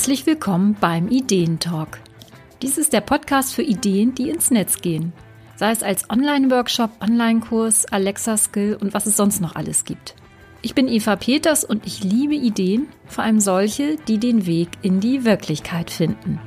Herzlich willkommen beim Ideentalk. Dies ist der Podcast für Ideen, die ins Netz gehen. Sei es als Online-Workshop, Online-Kurs, Alexa-Skill und was es sonst noch alles gibt. Ich bin Eva Peters und ich liebe Ideen, vor allem solche, die den Weg in die Wirklichkeit finden.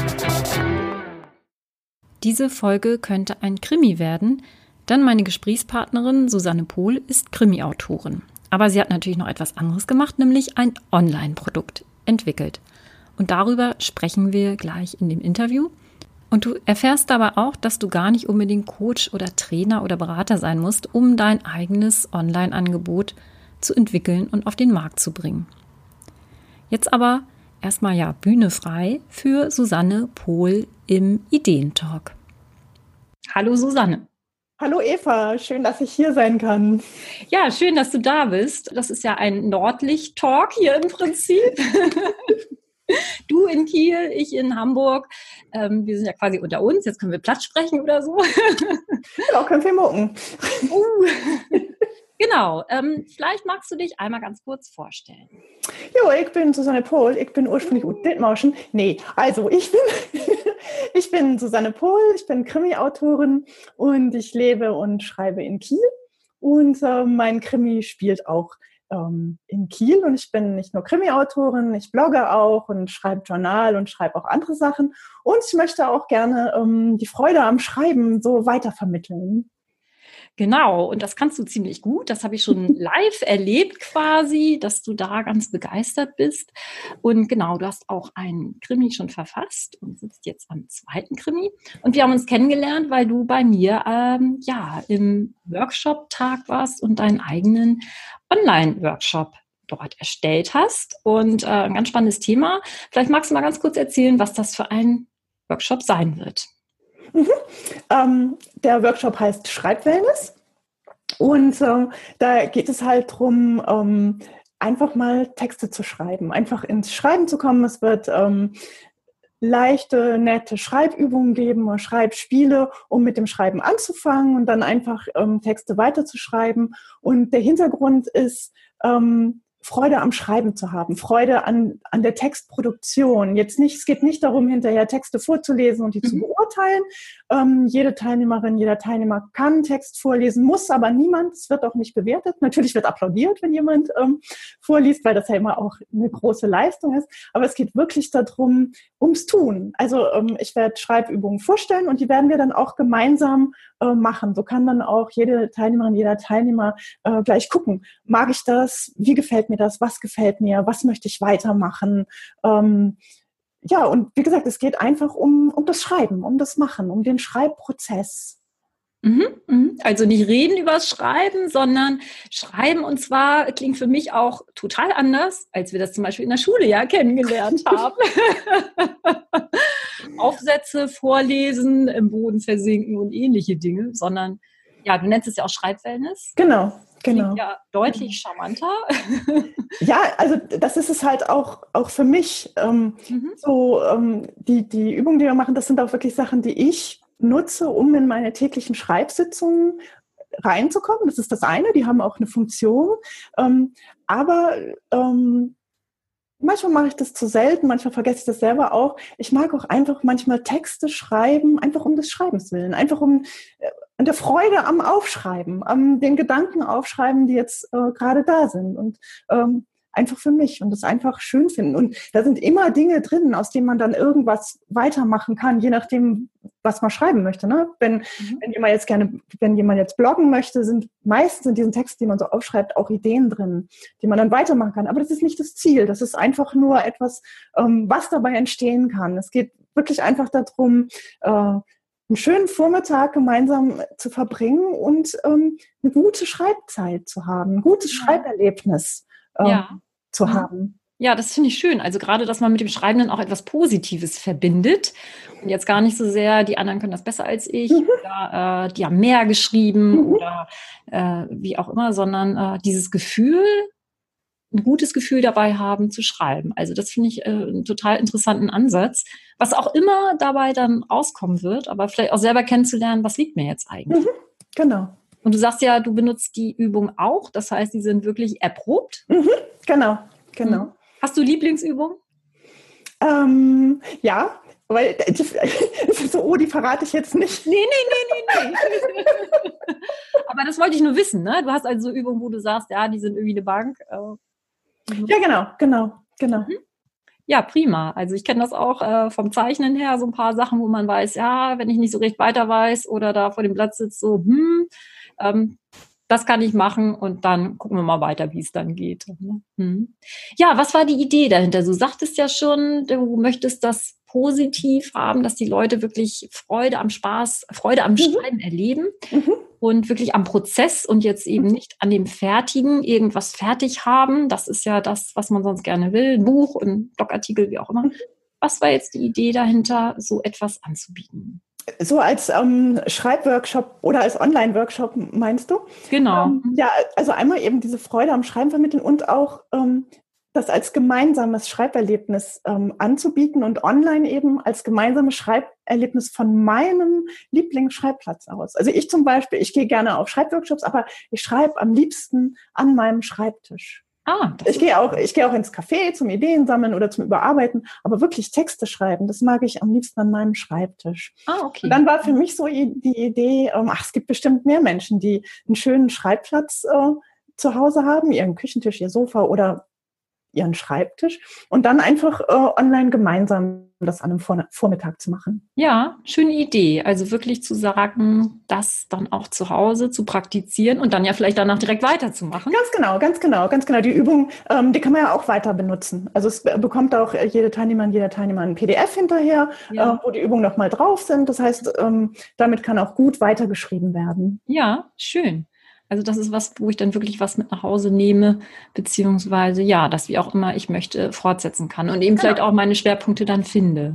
Diese Folge könnte ein Krimi werden, denn meine Gesprächspartnerin Susanne Pohl ist Krimi-Autorin. Aber sie hat natürlich noch etwas anderes gemacht, nämlich ein Online-Produkt entwickelt. Und darüber sprechen wir gleich in dem Interview. Und du erfährst dabei auch, dass du gar nicht unbedingt Coach oder Trainer oder Berater sein musst, um dein eigenes Online-Angebot zu entwickeln und auf den Markt zu bringen. Jetzt aber erstmal Bühne frei für Susanne Pohl im Ideentalk. Hallo Susanne. Hallo Eva, schön, dass ich hier sein kann. Ja, schön, dass du da bist. Das ist ja ein Nordlicht-Talk hier im Prinzip. Du in Kiel, ich in Hamburg. Wir sind ja quasi unter uns. Jetzt können wir platt sprechen oder so. Genau, können wir mucken. Genau. Vielleicht magst du dich einmal ganz kurz vorstellen. Jo, ich bin Susanne Pohl. Ich bin ursprünglich aus Dithmarschen. Ich bin Susanne Pohl. Ich bin Krimi-Autorin und ich lebe und schreibe in Kiel. Und mein Krimi spielt auch in Kiel. Und ich bin nicht nur Krimi-Autorin, ich blogge auch und schreibe Journal und schreibe auch andere Sachen. Und ich möchte auch gerne die Freude am Schreiben so weitervermitteln. Genau, und das kannst du ziemlich gut. Das habe ich schon live erlebt quasi, dass du da ganz begeistert bist. Und genau, du hast auch einen Krimi schon verfasst und sitzt jetzt am zweiten Krimi. Und wir haben uns kennengelernt, weil du bei mir im Workshop-Tag warst und deinen eigenen Online-Workshop dort erstellt hast. Und ein ganz spannendes Thema. Vielleicht magst du mal ganz kurz erzählen, was das für ein Workshop sein wird. Der Workshop heißt Schreibwellness und da geht es halt darum, einfach mal Texte zu schreiben, einfach ins Schreiben zu kommen. Es wird leichte, nette Schreibübungen geben oder Schreibspiele, um mit dem Schreiben anzufangen und dann einfach Texte weiterzuschreiben. Und der Hintergrund ist, Freude am Schreiben zu haben, Freude an der Textproduktion. Es geht nicht darum, hinterher Texte vorzulesen und die zu beurteilen. Jede Teilnehmerin, jeder Teilnehmer kann Text vorlesen, muss aber niemand. Es wird auch nicht bewertet. Natürlich wird applaudiert, wenn jemand vorliest, weil das ja immer auch eine große Leistung ist. Aber es geht wirklich darum, ums Tun. Also ich werde Schreibübungen vorstellen und die werden wir dann auch gemeinsam machen. So kann dann auch jede Teilnehmerin, jeder Teilnehmer gleich gucken. Mag ich das? Wie gefällt mir das? Was gefällt mir? Was möchte ich weitermachen? Und wie gesagt, es geht einfach um das Schreiben, um das Machen, um den Schreibprozess. Also nicht reden über das Schreiben, sondern schreiben, und zwar klingt für mich auch total anders, als wir das zum Beispiel in der Schule kennengelernt haben. Aufsätze vorlesen, im Boden versinken und ähnliche Dinge, sondern du nennst es ja auch Schreibwellness. Genau. Klingt ja deutlich charmanter. Ja, also das ist es halt auch für mich. Die Übungen, die wir machen, das sind auch wirklich Sachen, die ich nutze, um in meine täglichen Schreibsitzungen reinzukommen. Das ist das eine, die haben auch eine Funktion. Aber manchmal mache ich das zu selten, manchmal vergesse ich das selber auch. Ich mag auch einfach manchmal Texte schreiben, einfach um des Schreibens willen, einfach um an der Freude am Aufschreiben, an den Gedanken aufschreiben, die jetzt gerade da sind und einfach für mich und das einfach schön finden. Und da sind immer Dinge drin, aus denen man dann irgendwas weitermachen kann, je nachdem, was man schreiben möchte. Ne? Wenn jemand jetzt bloggen möchte, sind meistens in diesen Texten, die man so aufschreibt, auch Ideen drin, die man dann weitermachen kann. Aber das ist nicht das Ziel. Das ist einfach nur etwas, was dabei entstehen kann. Es geht wirklich einfach darum, einen schönen Vormittag gemeinsam zu verbringen und eine gute Schreibzeit zu haben, ein gutes Schreiberlebnis zu haben. Ja, das finde ich schön. Also gerade, dass man mit dem Schreiben dann auch etwas Positives verbindet und jetzt gar nicht so sehr, die anderen können das besser als ich oder die haben mehr geschrieben oder wie auch immer, sondern dieses Gefühl, ein gutes Gefühl dabei haben zu schreiben. Also das finde ich einen total interessanten Ansatz, was auch immer dabei dann rauskommen wird, aber vielleicht auch selber kennenzulernen, was liegt mir jetzt eigentlich. Genau. Und du sagst ja, du benutzt die Übung auch, das heißt, die sind wirklich erprobt. Genau. Hast du Lieblingsübungen? Ja, weil die verrate ich jetzt nicht. Nee. Aber das wollte ich nur wissen, ne? Du hast also so Übungen, wo du sagst, ja, die sind irgendwie eine Bank. Ja, genau. Ja, prima. Also ich kenne das auch vom Zeichnen her, so ein paar Sachen, wo man weiß, ja, wenn ich nicht so recht weiter weiß oder da vor dem Blatt sitzt, so, das kann ich machen und dann gucken wir mal weiter, wie es dann geht. Ja, was war die Idee dahinter? Du sagtest ja schon, du möchtest das positiv haben, dass die Leute wirklich Freude am Schreiben erleben und wirklich am Prozess und jetzt eben nicht an dem Fertigen, irgendwas fertig haben. Das ist ja das, was man sonst gerne will, ein Buch, ein Blogartikel, wie auch immer. Was war jetzt die Idee dahinter, so etwas anzubieten? So als Schreibworkshop oder als Online-Workshop, meinst du? Genau. Ja, also einmal eben diese Freude am Schreiben vermitteln und auch das als gemeinsames Schreiberlebnis anzubieten und online eben als gemeinsames Schreiberlebnis von meinem Lieblingsschreibplatz aus. Also ich zum Beispiel, ich gehe gerne auf Schreibworkshops, aber ich schreibe am liebsten an meinem Schreibtisch. Ich gehe auch ins Café zum Ideensammeln oder zum Überarbeiten, aber wirklich Texte schreiben, das mag ich am liebsten an meinem Schreibtisch. Okay. Und dann war für mich so die Idee, es gibt bestimmt mehr Menschen, die einen schönen Schreibplatz zu Hause haben, ihren Küchentisch, ihr Sofa oder ihren Schreibtisch und dann einfach online gemeinsam das an einem Vormittag zu machen. Ja, schöne Idee. Also wirklich zu sagen, das dann auch zu Hause zu praktizieren und dann ja vielleicht danach direkt weiterzumachen. Ganz genau. Die Übung, die kann man ja auch weiter benutzen. Also es bekommt auch jede Teilnehmerin, jeder Teilnehmer ein PDF hinterher, wo die Übungen nochmal drauf sind. Das heißt, damit kann auch gut weitergeschrieben werden. Ja, schön. Also das ist was, wo ich dann wirklich was mit nach Hause nehme, beziehungsweise ja, das wie auch immer ich möchte, fortsetzen kann und eben vielleicht auch meine Schwerpunkte dann finde.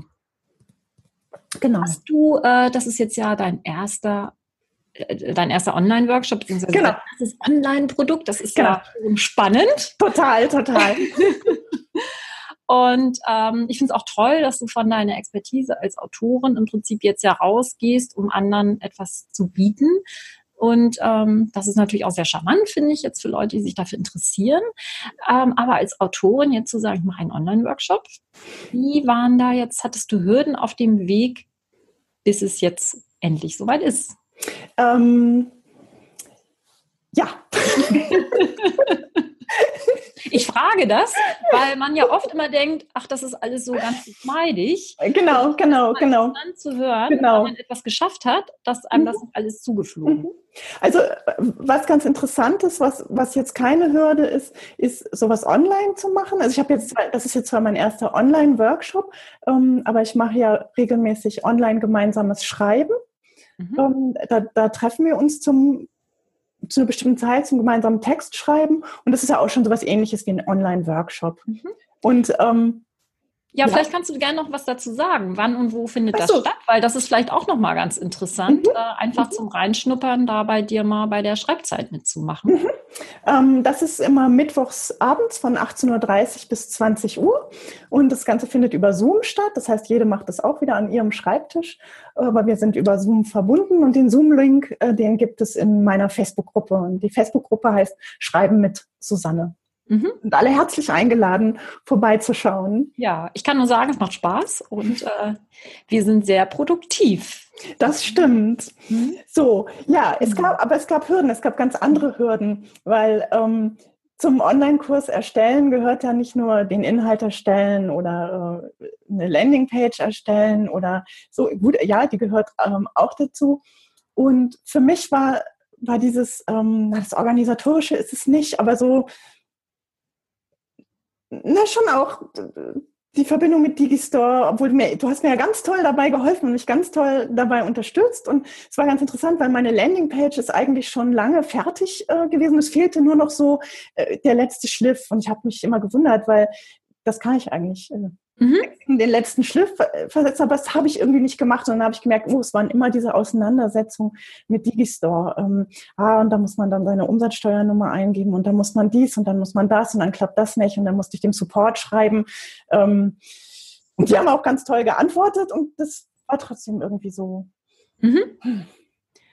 Genau. Hast du, das ist jetzt ja dein erster Online-Workshop, beziehungsweise dein erstes Online-Produkt, das ist ja spannend. Total. Und ich finde es auch toll, dass du von deiner Expertise als Autorin im Prinzip jetzt ja rausgehst, um anderen etwas zu bieten. Und das ist natürlich auch sehr charmant, finde ich, jetzt für Leute, die sich dafür interessieren. Aber als Autorin jetzt zu sagen, ich mache einen Online-Workshop, wie waren da jetzt, hattest du Hürden auf dem Weg, bis es jetzt endlich soweit ist? Ja. Ich frage das, weil man ja oft immer denkt, ach, das ist alles so ganz geschmeidig. Genau. Dann zu hören, wenn man etwas geschafft hat, dass einem das alles zugeflogen. Also was ganz interessant ist, was jetzt keine Hürde ist sowas online zu machen. Also das ist jetzt zwar mein erster Online-Workshop, aber ich mache ja regelmäßig online gemeinsames Schreiben. Da treffen wir uns zu einer bestimmten Zeit zum gemeinsamen Text schreiben. Und das ist ja auch schon so was Ähnliches wie ein Online-Workshop. Und vielleicht kannst du gerne noch was dazu sagen. Wann und wo findet das statt? Weil das ist vielleicht auch nochmal ganz interessant, einfach zum Reinschnuppern, da bei dir mal bei der Schreibzeit mitzumachen. Das ist immer mittwochs abends von 18:30 Uhr bis 20 Uhr. Und das Ganze findet über Zoom statt. Das heißt, jede macht das auch wieder an ihrem Schreibtisch. Aber wir sind über Zoom verbunden. Und den Zoom-Link, den gibt es in meiner Facebook-Gruppe. Und die Facebook-Gruppe heißt Schreiben mit Susanne. Und alle herzlich eingeladen, vorbeizuschauen. Ja, ich kann nur sagen, es macht Spaß und wir sind sehr produktiv. Das stimmt. So, ja, es gab Hürden, es gab ganz andere Hürden, weil zum Online-Kurs erstellen gehört ja nicht nur den Inhalt erstellen oder eine Landingpage erstellen oder so. Gut, ja, die gehört auch dazu. Und für mich war dieses, das Organisatorische ist es nicht, aber so, schon auch die Verbindung mit Digistore, obwohl du hast mir ja ganz toll dabei geholfen und mich ganz toll dabei unterstützt. Und es war ganz interessant, weil meine Landingpage ist eigentlich schon lange fertig gewesen. Es fehlte nur noch so der letzte Schliff. Und ich habe mich immer gewundert, weil das kann ich eigentlich den letzten Schliff versetzen, aber das habe ich irgendwie nicht gemacht. Und dann habe ich gemerkt, es waren immer diese Auseinandersetzungen mit Digistore. Und da muss man dann seine Umsatzsteuernummer eingeben und dann muss man dies und dann muss man das und dann klappt das nicht und dann musste ich dem Support schreiben. Und die haben auch ganz toll geantwortet und das war trotzdem irgendwie so.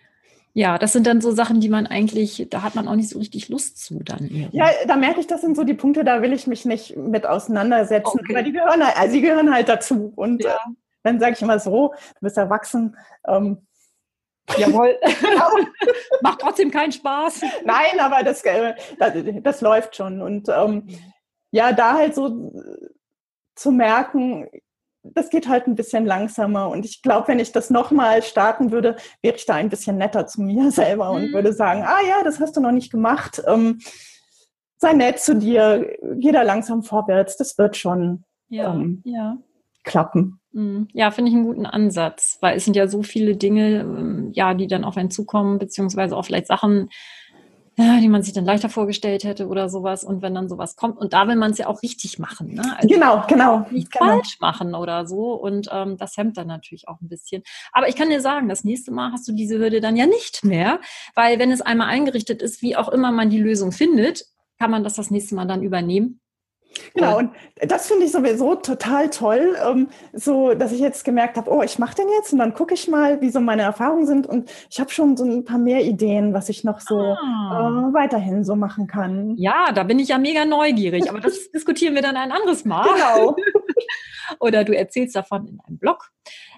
Ja, das sind dann so Sachen, die man eigentlich, da hat man auch nicht so richtig Lust zu dann irgendwie. Ja, da merke ich, das sind so die Punkte, da will ich mich nicht mit auseinandersetzen. Okay. Aber die gehören halt dazu. Und Ja. dann sage ich immer so, du bist erwachsen. Jawohl. Genau. Macht trotzdem keinen Spaß. Nein, aber das läuft schon. Und ja, da halt so zu merken, das geht halt ein bisschen langsamer. Und ich glaube, wenn ich das nochmal starten würde, wäre ich da ein bisschen netter zu mir selber und würde sagen, ja, das hast du noch nicht gemacht. Sei nett zu dir, geh da langsam vorwärts. Das wird schon klappen. Ja, finde ich einen guten Ansatz, weil es sind ja so viele Dinge, die dann auf einen zukommen, beziehungsweise auch vielleicht Sachen, die man sich dann leichter vorgestellt hätte oder sowas. Und wenn dann sowas kommt, und da will man es ja auch richtig machen, ne? Also Genau. Nicht falsch machen oder so. Und das hemmt dann natürlich auch ein bisschen. Aber ich kann dir sagen, das nächste Mal hast du diese Hürde dann ja nicht mehr, weil wenn es einmal eingerichtet ist, wie auch immer man die Lösung findet, kann man das nächste Mal dann übernehmen. Genau, und das finde ich sowieso total toll, so dass ich jetzt gemerkt habe, ich mache den jetzt und dann gucke ich mal, wie so meine Erfahrungen sind und ich habe schon so ein paar mehr Ideen, was ich noch so weiterhin so machen kann. Ja, da bin ich ja mega neugierig, aber das diskutieren wir dann ein anderes Mal. Genau. Oder du erzählst davon in einem Blog.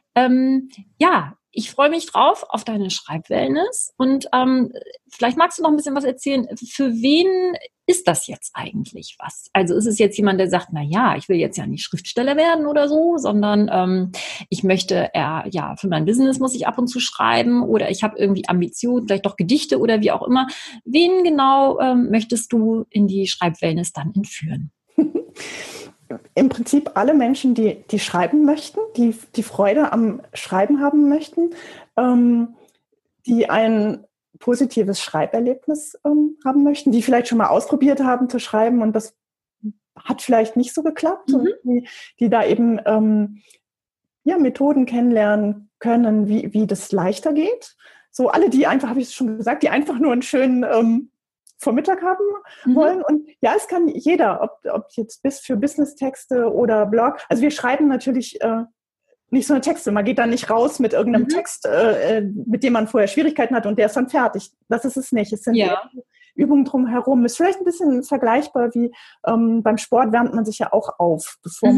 Ich freue mich drauf auf deine Schreibwellness und vielleicht magst du noch ein bisschen was erzählen. Für wen ist das jetzt eigentlich was? Also ist es jetzt jemand, der sagt, ich will jetzt ja nicht Schriftsteller werden oder so, sondern ich möchte für mein Business muss ich ab und zu schreiben oder ich habe irgendwie Ambitionen, vielleicht doch Gedichte oder wie auch immer. Wen genau möchtest du in die Schreibwellness dann entführen? Im Prinzip alle Menschen, die schreiben möchten, die Freude am Schreiben haben möchten, die ein positives Schreiberlebnis haben möchten, die vielleicht schon mal ausprobiert haben zu schreiben und das hat vielleicht nicht so geklappt und die da eben Methoden kennenlernen können, wie das leichter geht. So alle, die einfach, habe ich es schon gesagt, die einfach nur einen schönen Vormittag haben wollen. Und ja, es kann jeder, ob jetzt für Business-Texte oder Blog. Also wir schreiben natürlich nicht so eine Texte. Man geht dann nicht raus mit irgendeinem Text, mit dem man vorher Schwierigkeiten hat und der ist dann fertig. Das ist es nicht. Es sind Übungen drumherum. Ist vielleicht ein bisschen vergleichbar wie beim Sport wärmt man sich ja auch auf, bevor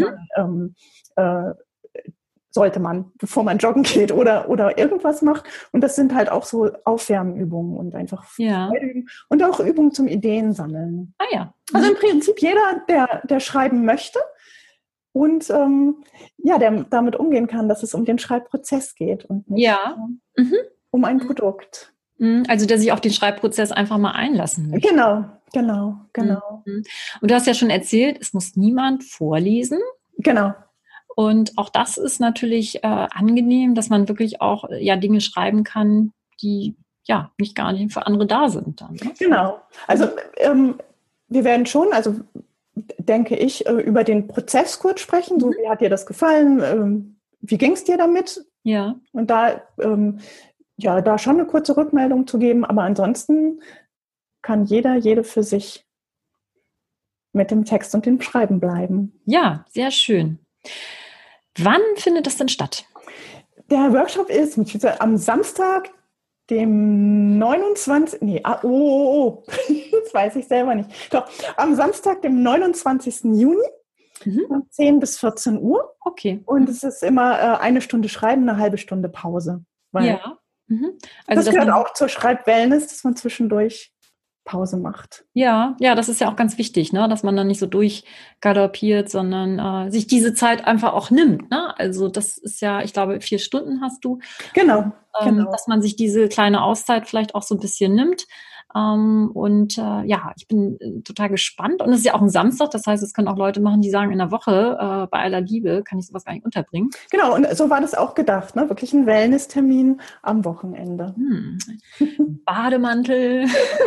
bevor man joggen geht oder irgendwas macht. Und das sind halt auch so Aufwärmübungen und einfach Freude und auch Übungen zum Ideen sammeln. Also im Prinzip jeder, der schreiben möchte und der damit umgehen kann, dass es um den Schreibprozess geht und nicht um ein Produkt. Also der sich auf den Schreibprozess einfach mal einlassen möchte. Genau. Und du hast ja schon erzählt, es muss niemand vorlesen. Genau. Und auch das ist natürlich angenehm, dass man wirklich auch Dinge schreiben kann, die nicht gar nicht für andere da sind. Dann, ne? Genau. Also wir werden schon, also denke ich, über den Prozess kurz sprechen. So, wie hat dir das gefallen? Wie ging es dir damit? Ja. Und da schon eine kurze Rückmeldung zu geben. Aber ansonsten kann jede für sich mit dem Text und dem Schreiben bleiben. Ja, sehr schön. Wann findet das denn statt? Der Workshop ist am Samstag, dem 29. Das weiß ich selber nicht. Doch, am Samstag, dem 29. Juni, von 10 bis 14 Uhr. Okay. Und es ist immer eine Stunde Schreiben, eine halbe Stunde Pause. Also das gehört auch zur Schreibwellness, dass man zwischendurch Pause macht. Ja, das ist ja auch ganz wichtig, ne? Dass man dann nicht so durchgaloppiert, sondern sich diese Zeit einfach auch nimmt. Ne? Also das ist ja, ich glaube, 4 Stunden hast du. Genau. Dass man sich diese kleine Auszeit vielleicht auch so ein bisschen nimmt. Ich bin total gespannt. Und es ist ja auch ein Samstag, das heißt, es können auch Leute machen, die sagen, in der Woche bei aller Liebe kann ich sowas gar nicht unterbringen. Genau, und so war das auch gedacht, ne? Wirklich ein Wellness-Termin am Wochenende. Bademantel.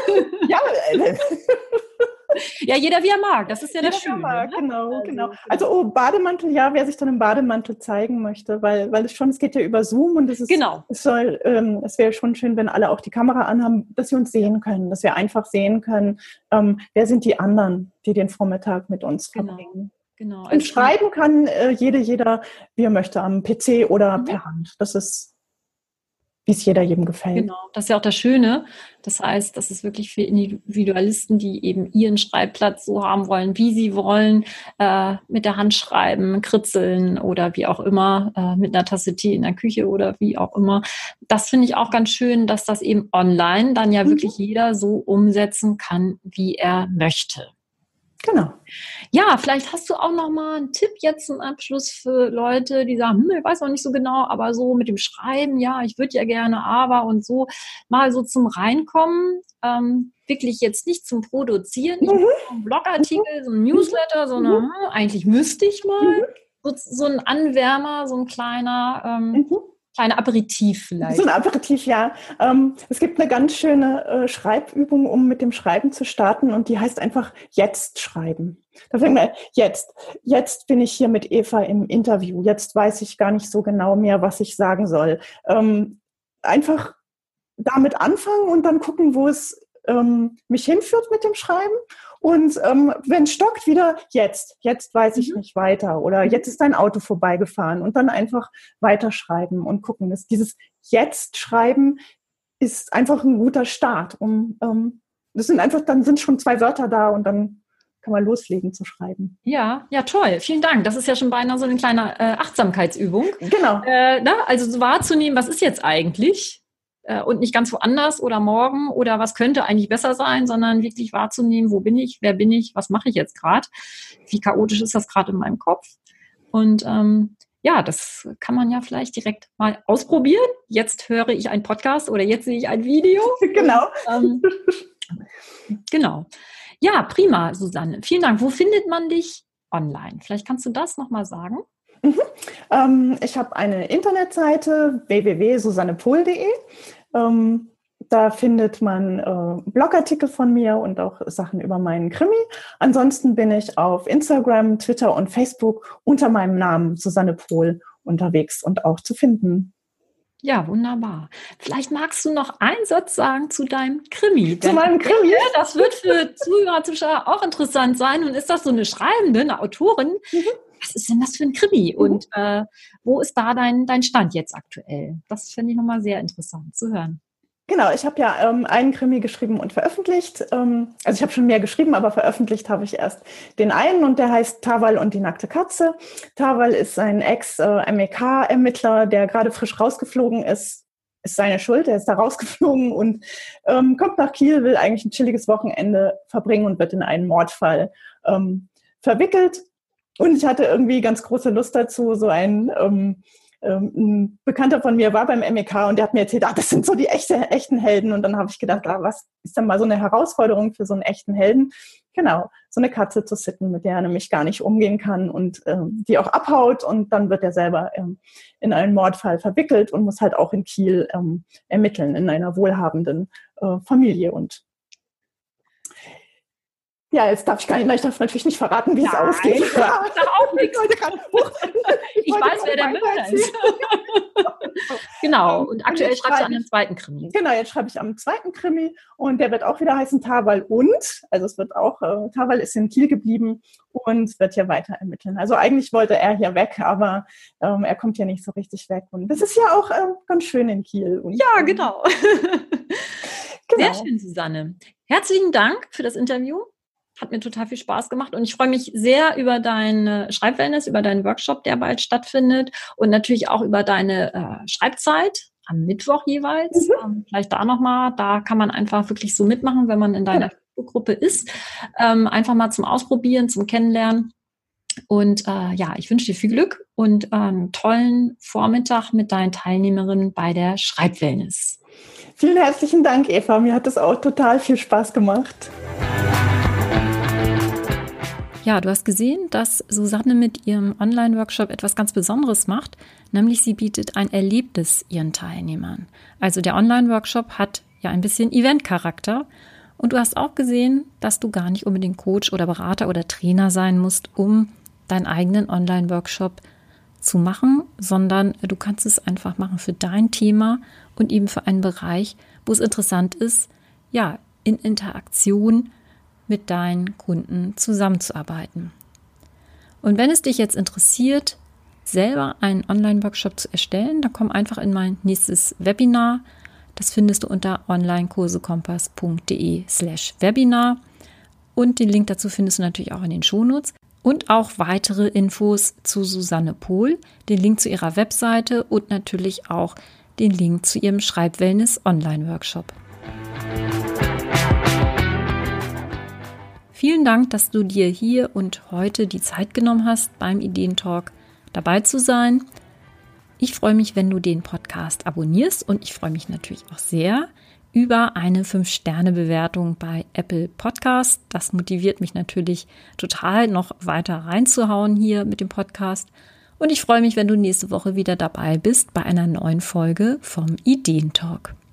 Ja, jeder wie er mag, das ist ja das Schöne. Ne? Genau. Also Bademantel, wer sich dann im Bademantel zeigen möchte, weil es geht ja über Zoom und es wäre schon schön, wenn alle auch die Kamera anhaben, dass sie uns sehen können, dass wir einfach sehen können, wer sind die anderen, die den Vormittag mit uns verbringen. Genau. Und schreiben kann jeder, wie er möchte, am PC oder per Hand. Das ist wie es jedem gefällt. Genau, das ist ja auch das Schöne. Das heißt, das ist wirklich für Individualisten, die eben ihren Schreibplatz so haben wollen, wie sie wollen, mit der Hand schreiben, kritzeln oder wie auch immer, mit einer Tasse Tee in der Küche oder wie auch immer. Das finde ich auch ganz schön, dass das eben online dann ja wirklich jeder so umsetzen kann, wie er möchte. Genau. Ja, vielleicht hast du auch noch mal einen Tipp jetzt zum Abschluss für Leute, die sagen, ich weiß noch nicht so genau, aber so mit dem Schreiben, ja, ich würde ja gerne, aber und so mal so zum Reinkommen, wirklich jetzt nicht zum Produzieren, nicht so ein Blogartikel, so ein Newsletter, sondern eigentlich müsste ich mal so ein Anwärmer, so ein kleiner Aperitif vielleicht. So ein Aperitif, ja. Es gibt eine ganz schöne Schreibübung, um mit dem Schreiben zu starten, und die heißt einfach jetzt schreiben. Da fängt man jetzt. Jetzt bin ich hier mit Eva im Interview. Jetzt weiß ich gar nicht so genau mehr, was ich sagen soll. Einfach damit anfangen und dann gucken, wo es mich hinführt mit dem Schreiben. Und wenn es stockt, wieder jetzt weiß ich nicht weiter, oder jetzt ist ein Auto vorbeigefahren, und dann einfach weiterschreiben und gucken. Dieses Jetzt-Schreiben ist einfach ein guter Start. Dann sind schon 2 Wörter da, und dann kann man loslegen zu schreiben. Ja, toll. Vielen Dank. Das ist ja schon beinahe so eine kleine Achtsamkeitsübung. Genau. Also so wahrzunehmen, was ist jetzt eigentlich? Und nicht ganz woanders oder morgen oder was könnte eigentlich besser sein, sondern wirklich wahrzunehmen, wo bin ich, wer bin ich, was mache ich jetzt gerade, wie chaotisch ist das gerade in meinem Kopf. Und das kann man ja vielleicht direkt mal ausprobieren. Jetzt höre ich einen Podcast oder jetzt sehe ich ein Video. Genau. Und, genau. Ja, prima, Susanne. Vielen Dank. Wo findet man dich online? Vielleicht kannst du das nochmal sagen. Ich habe eine Internetseite www.susannepohl.de. Da findet man Blogartikel von mir und auch Sachen über meinen Krimi. Ansonsten bin ich auf Instagram, Twitter und Facebook unter meinem Namen Susanne Pohl unterwegs und auch zu finden. Ja, wunderbar. Vielleicht magst du noch einen Satz sagen zu deinem Krimi. Zu meinem Krimi? Das wird für Zuschauer auch interessant sein. Und ist das so eine Schreibende, eine Autorin? Was ist denn das für ein Krimi? Und wo ist da dein Stand jetzt aktuell? Das finde ich nochmal sehr interessant zu hören. Genau, ich habe ja einen Krimi geschrieben und veröffentlicht. Also ich habe schon mehr geschrieben, aber veröffentlicht habe ich erst den einen, und der heißt Tawal und die nackte Katze. Tawal ist ein Ex-MEK-Ermittler, der gerade frisch rausgeflogen ist. Ist seine Schuld, er ist da rausgeflogen und kommt nach Kiel, will eigentlich ein chilliges Wochenende verbringen und wird in einen Mordfall verwickelt. Und ich hatte irgendwie ganz große Lust dazu, so ein Bekannter von mir war beim MEK und der hat mir erzählt, das sind so die echten Helden. Und dann habe ich gedacht, was ist denn mal so eine Herausforderung für so einen echten Helden? Genau, so eine Katze zu sitten, mit der er nämlich gar nicht umgehen kann und die auch abhaut. Und dann wird er selber in einen Mordfall verwickelt und muss halt auch in Kiel ermitteln, in einer wohlhabenden Familie. Und ja, jetzt darf ich natürlich nicht verraten, wie es ausgeht. Ich sag auch nichts. Ich weiß, wer der Mörder ist. Genau, und aktuell schreibst du an dem zweiten Krimi. Genau, jetzt schreibe ich am zweiten Krimi, und der wird auch wieder heißen Tawal und. Also es wird auch, Tawal ist in Kiel geblieben und wird hier weiter ermitteln. Also eigentlich wollte er hier weg, aber er kommt hier nicht so richtig weg. Und das ist ja auch ganz schön in Kiel. Und, ja, genau. Sehr schön, Susanne. Herzlichen Dank für das Interview. Hat mir total viel Spaß gemacht, und ich freue mich sehr über deine Schreibwellness, über deinen Workshop, der bald stattfindet, und natürlich auch über deine Schreibzeit am Mittwoch jeweils. Vielleicht da nochmal, da kann man einfach wirklich so mitmachen, wenn man in deiner Gruppe ist. Einfach mal zum Ausprobieren, zum Kennenlernen. Und ich wünsche dir viel Glück und einen tollen Vormittag mit deinen Teilnehmerinnen bei der Schreibwellness. Vielen herzlichen Dank, Eva. Mir hat es auch total viel Spaß gemacht. Ja, du hast gesehen, dass Susanne mit ihrem Online-Workshop etwas ganz Besonderes macht, nämlich sie bietet ein Erlebnis ihren Teilnehmern. Also der Online-Workshop hat ja ein bisschen Event-Charakter, und du hast auch gesehen, dass du gar nicht unbedingt Coach oder Berater oder Trainer sein musst, um deinen eigenen Online-Workshop zu machen, sondern du kannst es einfach machen für dein Thema und eben für einen Bereich, wo es interessant ist, ja, in Interaktion mit deinen Kunden zusammenzuarbeiten. Und wenn es dich jetzt interessiert, selber einen Online-Workshop zu erstellen, dann komm einfach in mein nächstes Webinar. Das findest du unter onlinekursekompass.de/Webinar. Und den Link dazu findest du natürlich auch in den Shownotes. Und auch weitere Infos zu Susanne Pohl, den Link zu ihrer Webseite und natürlich auch den Link zu ihrem Schreibwellness-Online-Workshop. Vielen Dank, dass du dir hier und heute die Zeit genommen hast, beim Ideentalk dabei zu sein. Ich freue mich, wenn du den Podcast abonnierst und ich freue mich natürlich auch sehr über eine 5-Sterne-Bewertung bei Apple Podcast. Das motiviert mich natürlich total, noch weiter reinzuhauen hier mit dem Podcast. Und ich freue mich, wenn du nächste Woche wieder dabei bist bei einer neuen Folge vom Ideentalk.